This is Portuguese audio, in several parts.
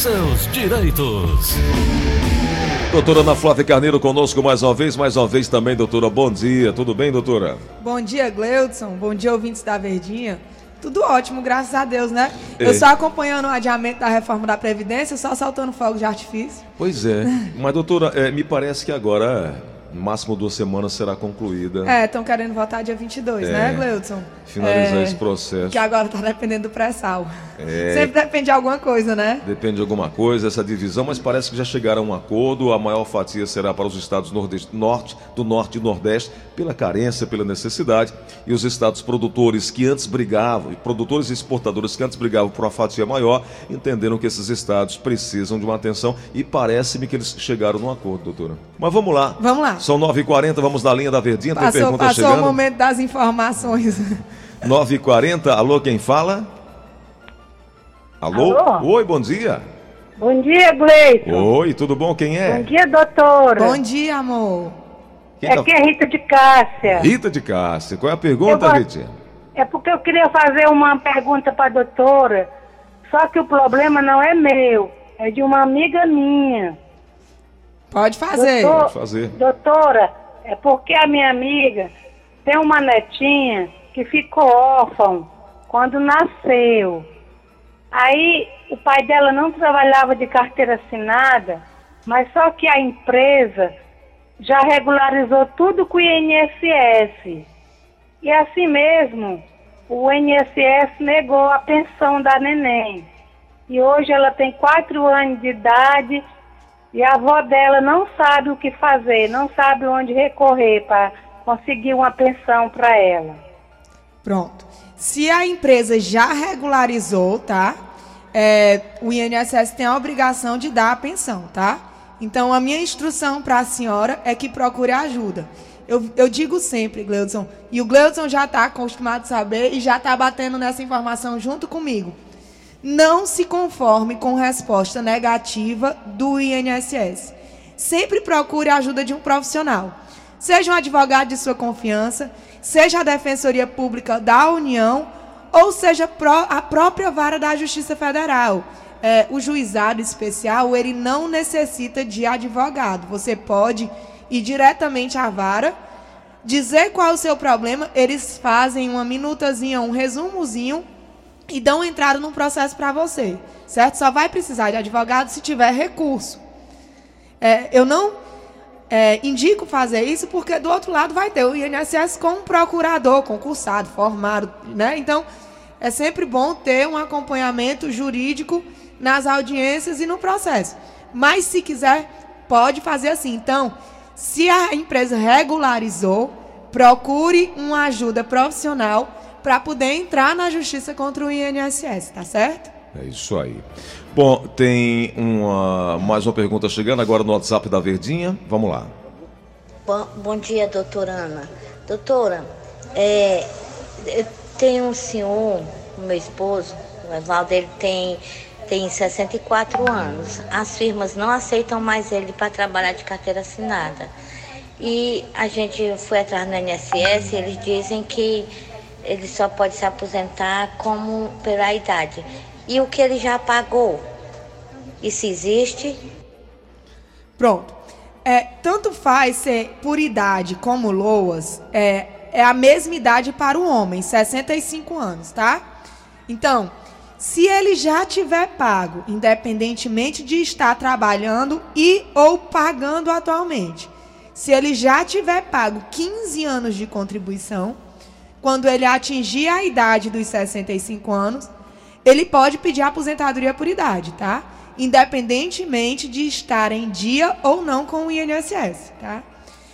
seus direitos. Doutora Ana Flávia Carneiro conosco mais uma vez também, doutora. Bom dia, tudo bem, doutora? Bom dia, Gleudson. Bom dia, ouvintes da Verdinha. Tudo ótimo, graças a Deus, né? Eu só acompanhando o adiamento da reforma da Previdência, só soltando fogos de artifício. Pois é, mas doutora, me parece que agora, no máximo 2 semanas, será concluída. Estão querendo votar dia 22, né, Gleudson? Finalizar esse processo. Que agora tá dependendo do pré-sal. Sempre depende de alguma coisa, né? Depende de alguma coisa, essa divisão, mas parece que já chegaram a um acordo. A maior fatia será para os estados do norte e nordeste, pela carência, pela necessidade. E os estados produtores que antes brigavam, produtores e exportadores que antes brigavam por uma fatia maior, entenderam que esses estados precisam de uma atenção e parece-me que eles chegaram num acordo, doutora. Mas vamos lá. Vamos lá. São 9h40, vamos na linha da Verdinha, tem pergunta chegando. Passou o momento das informações. 9h40, alô, quem fala? Alô? Oi, bom dia. Bom dia, Gleison. Oi, tudo bom? Quem é? Bom dia, doutora. Bom dia, amor. Aqui é Rita de Cássia. Rita de Cássia. Qual é a pergunta, Rita? É porque eu queria fazer uma pergunta para a doutora, só que o problema não é meu, é de uma amiga minha. Pode fazer. Pode fazer. Doutora, é porque a minha amiga tem uma netinha que ficou órfã quando nasceu. Aí o pai dela não trabalhava de carteira assinada, mas só que a empresa já regularizou tudo com o INSS. E assim mesmo, o INSS negou a pensão da neném. E hoje ela tem 4 anos de idade e a avó dela não sabe o que fazer, não sabe onde recorrer para conseguir uma pensão para ela. Pronto. Se a empresa já regularizou, tá? O INSS tem a obrigação de dar a pensão, tá? Então, a minha instrução para a senhora é que procure ajuda. Eu digo sempre, Gleudson, e o Gleudson já está acostumado a saber e já está batendo nessa informação junto comigo. Não se conforme com resposta negativa do INSS. Sempre procure a ajuda de um profissional. Seja um advogado de sua confiança, seja a Defensoria Pública da União, ou seja a própria vara da Justiça Federal. O juizado especial, ele não necessita de advogado. Você pode ir diretamente à vara, dizer qual é o seu problema, eles fazem uma minutazinha, um resumozinho e dão entrada no processo para você, certo? Só vai precisar de advogado se tiver recurso. Eu não indico fazer isso porque do outro lado vai ter o INSS com um procurador concursado, formado, né? Então, é sempre bom ter um acompanhamento jurídico nas audiências e no processo. Mas, se quiser, pode fazer assim. Então, se a empresa regularizou, procure uma ajuda profissional para poder entrar na justiça contra o INSS, tá certo? É isso aí. Bom, tem mais uma pergunta chegando agora no WhatsApp da Verdinha. Vamos lá. Bom dia, doutora Ana. Doutora, eu tenho um senhor, o meu esposo, o Evaldo, ele tem 64 anos. As firmas não aceitam mais ele para trabalhar de carteira assinada. E a gente foi atrás no INSS e eles dizem que ele só pode se aposentar pela idade. E o que ele já pagou? Isso existe? Pronto. Tanto faz ser por idade como LOAS, é a mesma idade para o homem, 65 anos, tá? Então, se ele já tiver pago, independentemente de estar trabalhando e ou pagando atualmente, se ele já tiver pago 15 anos de contribuição, quando ele atingir a idade dos 65 anos, ele pode pedir aposentadoria por idade, tá? Independentemente de estar em dia ou não com o INSS, tá?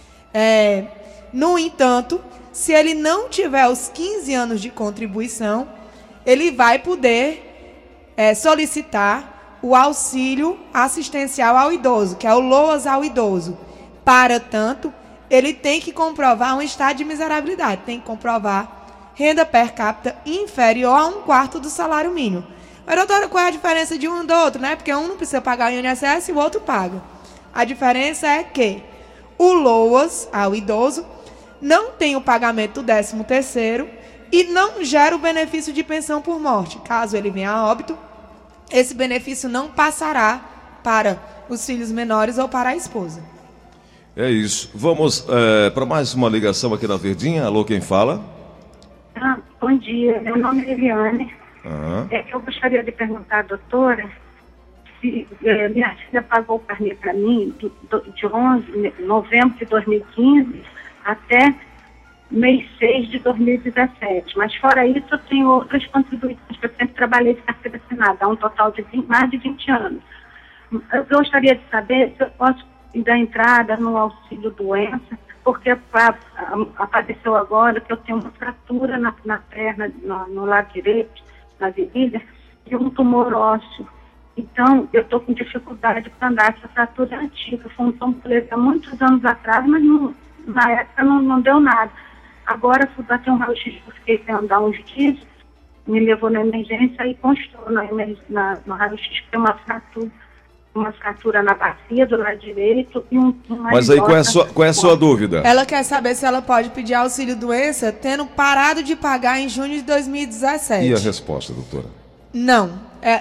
No entanto, se ele não tiver os 15 anos de contribuição, ele vai poder solicitar o auxílio assistencial ao idoso, que é o LOAS ao idoso. Para tanto, ele tem que comprovar um estado de miserabilidade, tem que comprovar renda per capita inferior a 1/4 do salário mínimo. Mas, doutora, qual é a diferença de um do outro, né? Porque um não precisa pagar o INSS e o outro paga. A diferença é que o LOAS ao idoso não tem o pagamento do 13º e não gera o benefício de pensão por morte. Caso ele venha a óbito, esse benefício não passará para os filhos menores ou para a esposa. É isso. Vamos para mais uma ligação aqui na Verdinha. Alô, quem fala? Bom dia, meu nome é Eliane. Eu gostaria de perguntar à doutora se minha filha pagou o carnê para mim de 11 de novembro de 2015 até mês 6 de 2017. Mas fora isso, eu tenho outras contribuições que eu sempre trabalhei de carteira assinada, há um total de mais de 20 anos. Eu gostaria de saber se eu posso dar entrada no auxílio doença, porque apareceu agora que eu tenho uma fratura na perna, no lado direito, na virilha, e um tumor ósseo. Então, eu estou com dificuldade para andar. Essa fratura é antiga, foi um tombo que levei há muitos anos atrás, mas na época não deu nada. Agora, fui bater um raio-x, fiquei sem andar uns dias, me levou na emergência e constou no raio-x que tem uma fratura na bacia do lado direito e Mas aí, qual é a sua dúvida? Ela quer saber se ela pode pedir auxílio-doença tendo parado de pagar em junho de 2017. E a resposta, doutora? Não.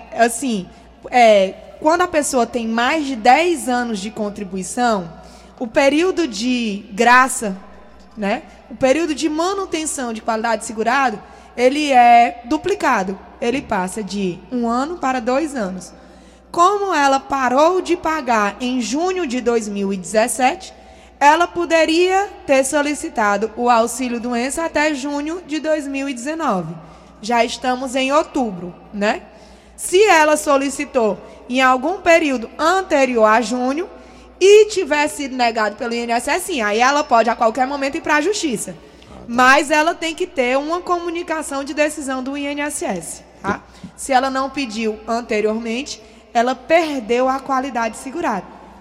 Quando a pessoa tem mais de 10 anos de contribuição, o período de graça, né? O período de manutenção de qualidade de segurado, ele é duplicado. Ele passa de 1 ano para 2 anos. Como ela parou de pagar em junho de 2017, ela poderia ter solicitado o auxílio-doença até junho de 2019. Já estamos em outubro, né? Se ela solicitou em algum período anterior a junho e tiver sido negado pelo INSS, sim, aí ela pode a qualquer momento ir para a justiça. Mas ela tem que ter uma comunicação de decisão do INSS, tá? Se ela não pediu anteriormente, ela perdeu a qualidade segurada.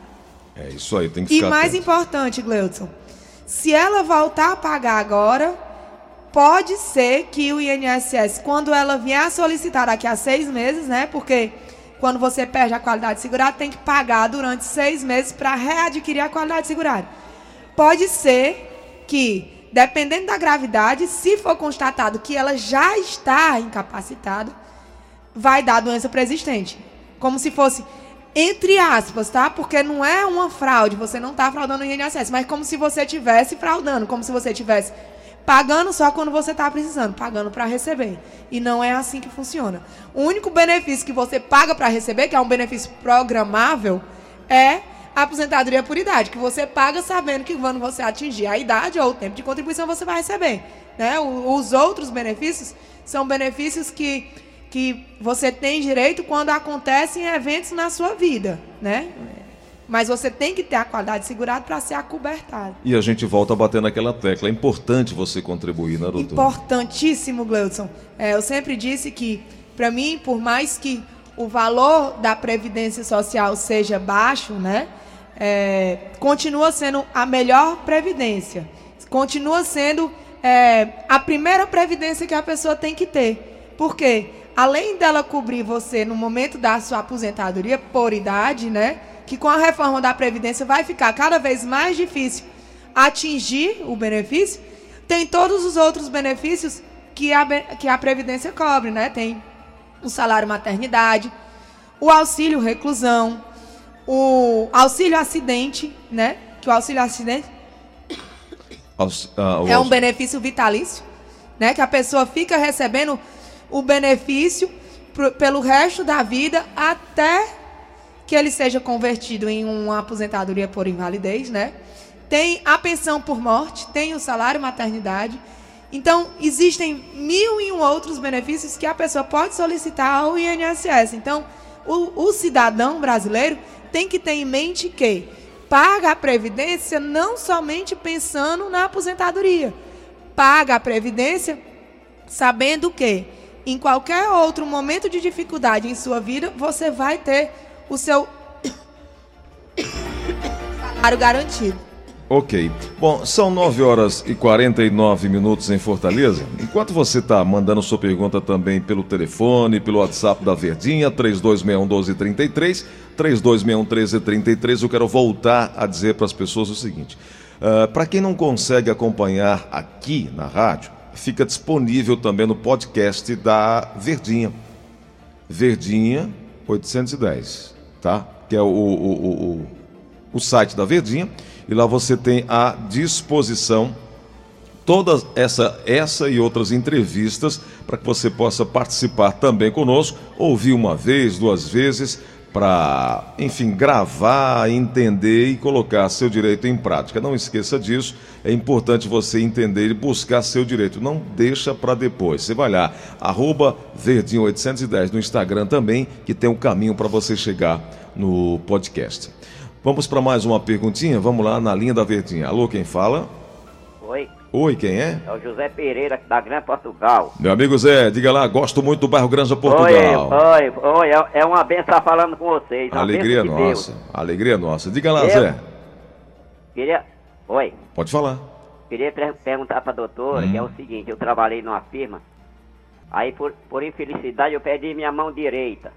É isso aí, tem que ficar E mais atento. importante, Gleudson, se ela voltar a pagar agora, pode ser que o INSS, quando ela vier a solicitar daqui a 6 meses, né? Porque quando você perde a qualidade segurada, tem que pagar durante 6 meses para readquirir a qualidade segurada. Pode ser que, dependendo da gravidade, se for constatado que ela já está incapacitada, vai dar doença preexistente. Como se fosse, entre aspas, tá? Porque não é uma fraude, você não está fraudando o INSS, mas como se você estivesse fraudando, como se você estivesse pagando só quando você está precisando, pagando para receber. E não é assim que funciona. O único benefício que você paga para receber, que é um benefício programável, é a aposentadoria por idade, que você paga sabendo que quando você atingir a idade ou o tempo de contribuição, você vai receber, né? Os outros benefícios são benefícios que você tem direito quando acontecem eventos na sua vida, né? Mas você tem que ter a qualidade segurada para ser acobertado. E a gente volta a bater naquela tecla. É importante você contribuir, né, doutor? Importantíssimo, Gleudson. Eu sempre disse que, para mim, por mais que o valor da Previdência Social seja baixo, né? Continua sendo a melhor previdência. Continua sendo a primeira previdência que a pessoa tem que ter. Por quê? Além dela cobrir você no momento da sua aposentadoria por idade, né? Que com a reforma da Previdência vai ficar cada vez mais difícil atingir o benefício, tem todos os outros benefícios que a Previdência cobre, né? Tem o salário maternidade, o auxílio reclusão, o auxílio acidente, né? Que o auxílio acidente é um benefício vitalício, né? Que a pessoa fica recebendo o benefício pelo resto da vida até que ele seja convertido em uma aposentadoria por invalidez, né? Tem a pensão por morte, tem o salário maternidade. Então, existem 1.001 outros benefícios que a pessoa pode solicitar ao INSS. Então, o cidadão brasileiro tem que ter em mente que paga a Previdência não somente pensando na aposentadoria. Paga a Previdência sabendo que, em qualquer outro momento de dificuldade em sua vida, você vai ter o seu salário garantido. Ok. Bom, são 9h49 em Fortaleza. Enquanto você está mandando sua pergunta também pelo telefone, pelo WhatsApp da Verdinha, 3261-1233, 3261-1333, eu quero voltar a dizer para as pessoas o seguinte. Para quem não consegue acompanhar aqui na rádio, fica disponível também no podcast da Verdinha. Verdinha, 810, tá? Que é o site da Verdinha, e lá você tem à disposição todas essa e outras entrevistas para que você possa participar também conosco, ouvir uma vez, 2 vezes, para, enfim, gravar, entender e colocar seu direito em prática. Não esqueça disso, é importante você entender e buscar seu direito. Não deixa para depois. Você vai lá, @Verdinha810 no Instagram também, que tem um caminho para você chegar no podcast. Vamos para mais uma perguntinha? Vamos lá na linha da Verdinha. Alô, quem fala? Oi. Oi, quem é? É o José Pereira, da Grande Portugal. Meu amigo Zé, diga lá, gosto muito do bairro Granja Portugal. Oi, é uma benção estar falando com vocês. Alegria nossa, alegria nossa. Diga lá, Zé. Oi. Pode falar. Queria perguntar para a doutora, que é o seguinte, eu trabalhei numa firma, aí por infelicidade eu perdi minha mão direita.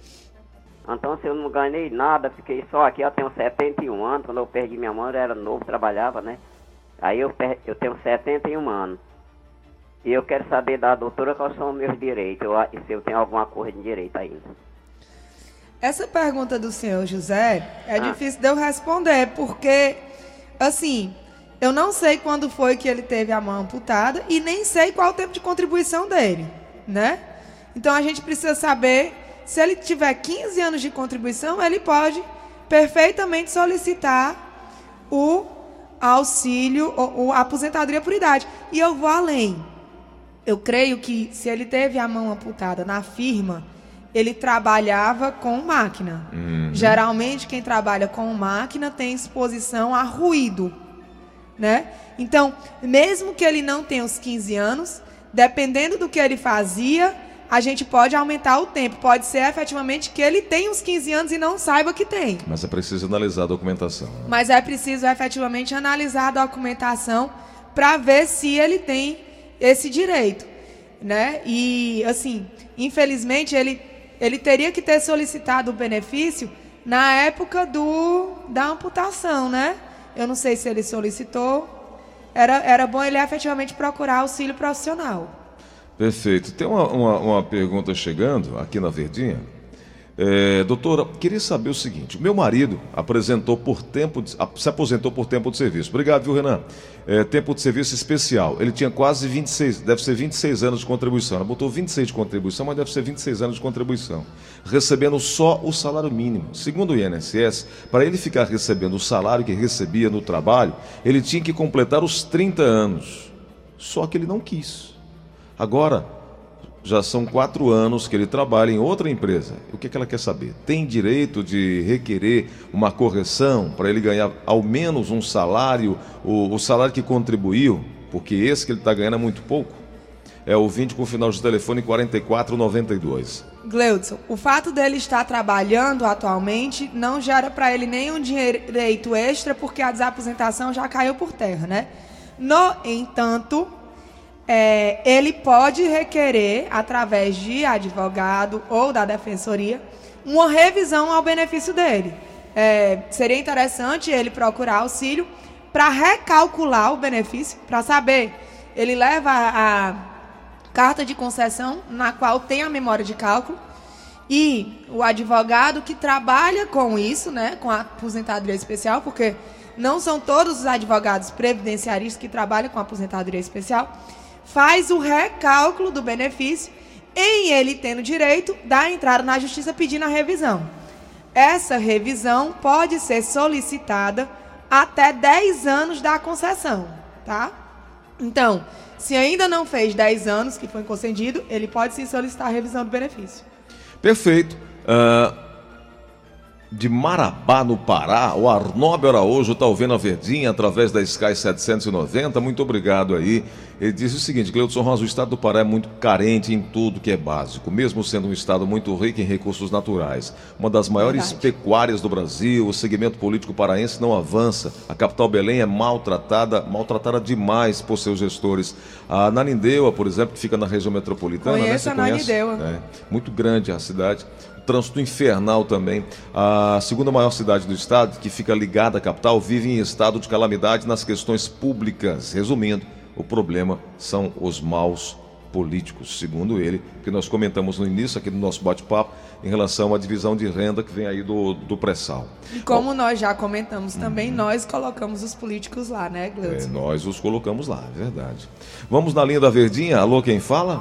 Então se eu não ganhei nada, fiquei só aqui, eu tenho 71 anos, quando eu perdi minha mão eu era novo, trabalhava, né? Aí eu tenho 71 anos. E eu quero saber da doutora quais são os meus direitos, e se eu tenho alguma coisa de direito ainda. Essa pergunta do senhor José é difícil de eu responder, porque, assim, eu não sei quando foi que ele teve a mão amputada e nem sei qual o tempo de contribuição dele, né? Então a gente precisa saber, se ele tiver 15 anos de contribuição, ele pode perfeitamente solicitar o auxílio ou a aposentadoria por idade. E eu vou além. Eu creio que se ele teve a mão amputada na firma, ele trabalhava com máquina. Geralmente quem trabalha com máquina tem exposição a ruído, né? Então, mesmo que ele não tenha os 15 anos, dependendo do que ele fazia, a gente pode aumentar o tempo. Pode ser efetivamente que ele tenha uns 15 anos e não saiba que tem. Mas é preciso analisar a documentação, né? Mas é preciso efetivamente analisar a documentação para ver se ele tem esse direito, né? E, assim, infelizmente, ele teria que ter solicitado o benefício na época da amputação, né? Eu não sei se ele solicitou. Era bom ele efetivamente procurar auxílio profissional. Perfeito. Tem uma pergunta chegando aqui na Verdinha. Doutora, queria saber o seguinte. O meu marido se aposentou por tempo de serviço. Obrigado, viu, Renan? Tempo de serviço especial. Ele tinha quase 26, deve ser 26 anos de contribuição. Ela botou 26 de contribuição, mas deve ser 26 anos de contribuição. Recebendo só o salário mínimo. Segundo o INSS, para ele ficar recebendo o salário que recebia no trabalho, ele tinha que completar os 30 anos. Só que ele não quis. Agora, já são 4 anos que ele trabalha em outra empresa. O que ela quer saber? Tem direito de requerer uma correção para ele ganhar ao menos um salário, o salário que contribuiu, porque esse que ele está ganhando é muito pouco? É ouvinte com o final de telefone 4492. Gleudson, o fato dele estar trabalhando atualmente não gera para ele nenhum direito extra, porque a desaposentação já caiu por terra, né? No entanto, ele pode requerer, através de advogado ou da defensoria, uma revisão ao benefício dele. Seria interessante ele procurar auxílio para recalcular o benefício, para saber. Ele leva a carta de concessão, na qual tem a memória de cálculo, e o advogado que trabalha com isso, né, com a aposentadoria especial, porque não são todos os advogados previdenciaristas que trabalham com a aposentadoria especial, faz o recálculo do benefício, em ele tendo direito, dá entrada na justiça pedindo a revisão. Essa revisão pode ser solicitada até 10 anos da concessão, tá? Então, se ainda não fez 10 anos que foi concedido, ele pode sim solicitar a revisão do benefício. Perfeito. De Marabá, no Pará, o Arnóbio Araújo está ouvindo a Verdinha através da Sky 790. Muito obrigado aí. Ele diz o seguinte: Gleudson Rosa, o estado do Pará é muito carente em tudo que é básico, mesmo sendo um estado muito rico em recursos naturais. Uma das maiores pecuárias do Brasil, o segmento político paraense não avança. A capital Belém é maltratada demais por seus gestores. A Ananindeua, por exemplo, que fica na região metropolitana, Conheço, né? Você Ananindeua. Muito grande a cidade. Trânsito infernal também. A segunda maior cidade do estado, que fica ligada à capital, vive em estado de calamidade nas questões públicas. Resumindo, o problema são os maus políticos, segundo ele, que nós comentamos no início aqui do nosso bate-papo em relação à divisão de renda que vem aí do pré-sal. E como nós já comentamos também, nós colocamos os políticos lá, né, Gleudson? Nós os colocamos lá, é verdade. Vamos na linha da Verdinha. Alô, quem fala?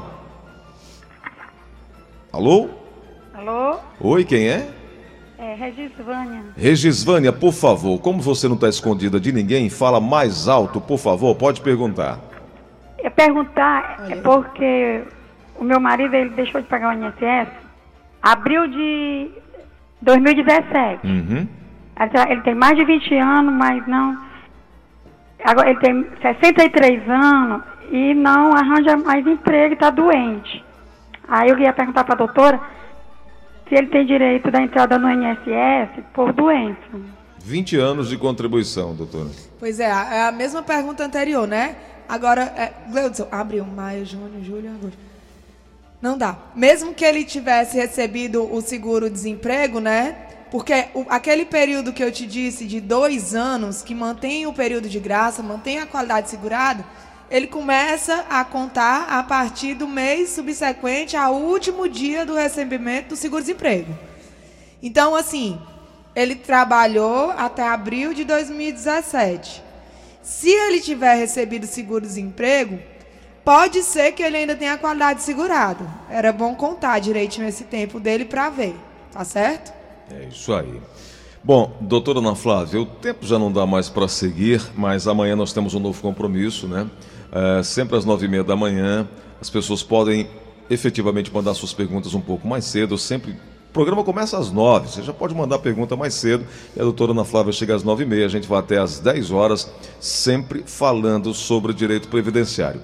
Alô? Alô? Oi, quem é? É Regisvânia. Regisvânia, por favor, como você não está escondida de ninguém, fala mais alto, por favor, pode perguntar. Perguntar é porque o meu marido ele deixou de pagar o INSS abril de 2017. Ele tem mais de 20 anos, mas não... Agora ele tem 63 anos e não arranja mais emprego e está doente. Aí eu ia perguntar para a doutora se ele tem direito da entrada no INSS por doença. 20 anos de contribuição, doutora. Pois é a mesma pergunta anterior, né? Agora, Gleudson, abril, maio, junho, julho, agosto. Não dá. Mesmo que ele tivesse recebido o seguro-desemprego, né? Porque aquele período que eu te disse de 2 anos, que mantém o período de graça, mantém a qualidade segurada, ele começa a contar a partir do mês subsequente ao último dia do recebimento do seguro-desemprego. Então, assim, ele trabalhou até abril de 2017. Se ele tiver recebido seguro-desemprego, pode ser que ele ainda tenha a qualidade segurada. Era bom contar direitinho esse tempo dele para ver, tá certo? É isso aí. Bom, doutora Ana Flávia, o tempo já não dá mais para seguir, mas amanhã nós temos um novo compromisso, né? Sempre às 9h30 da manhã, as pessoas podem efetivamente mandar suas perguntas um pouco mais cedo, sempre... O programa começa às 9h, você já pode mandar pergunta mais cedo, e a doutora Ana Flávia chega às 9h30, a gente vai até às 10 horas, sempre falando sobre direito previdenciário.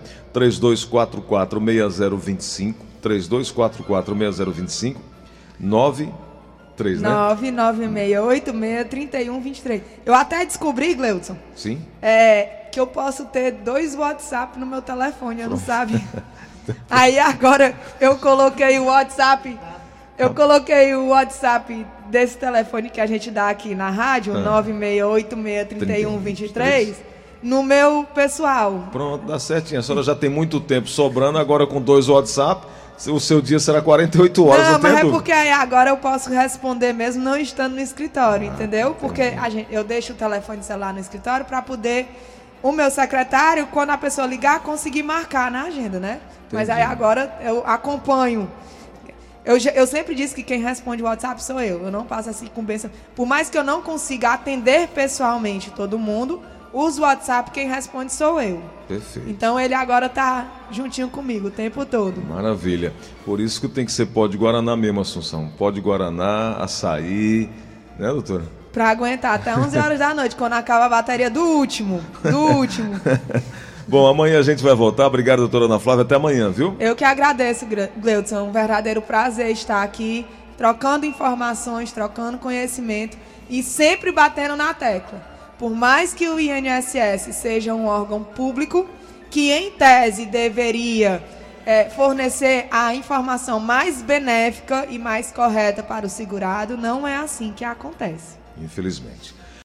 3244-6025, 3244-6025, 93, né? 996863123. Eu até descobri, Gleudson, Sim? Que eu posso ter 2 WhatsApp no meu telefone, eu não sabia. Aí agora eu coloquei o WhatsApp... Eu coloquei o WhatsApp desse telefone que a gente dá aqui na rádio, 968-631-23, no meu pessoal. Pronto, dá certinho. A senhora já tem muito tempo sobrando, agora com 2 WhatsApp, o seu dia será 48 horas. Não, mas é porque aí agora eu posso responder mesmo não estando no escritório, entendeu? Porque eu deixo o telefone celular no escritório para poder o meu secretário, quando a pessoa ligar, conseguir marcar na agenda, né? Entendi. Mas aí agora eu acompanho. Eu sempre disse que quem responde o WhatsApp sou eu. Eu não passo essa incumbência. Por mais que eu não consiga atender pessoalmente todo mundo, os WhatsApp quem responde sou eu. Perfeito. Então ele agora tá juntinho comigo o tempo todo. Maravilha. Por isso que tem que ser pó de Guaraná mesmo, Assunção. Pó de Guaraná, açaí, né, doutora? Pra aguentar até 11 horas da noite, quando acaba a bateria do último. Bom, amanhã a gente vai voltar. Obrigado, doutora Ana Flávia. Até amanhã, viu? Eu que agradeço, Gleudson. É um verdadeiro prazer estar aqui, trocando informações, trocando conhecimento e sempre batendo na tecla. Por mais que o INSS seja um órgão público, que em tese deveria fornecer a informação mais benéfica e mais correta para o segurado, não é assim que acontece. Infelizmente.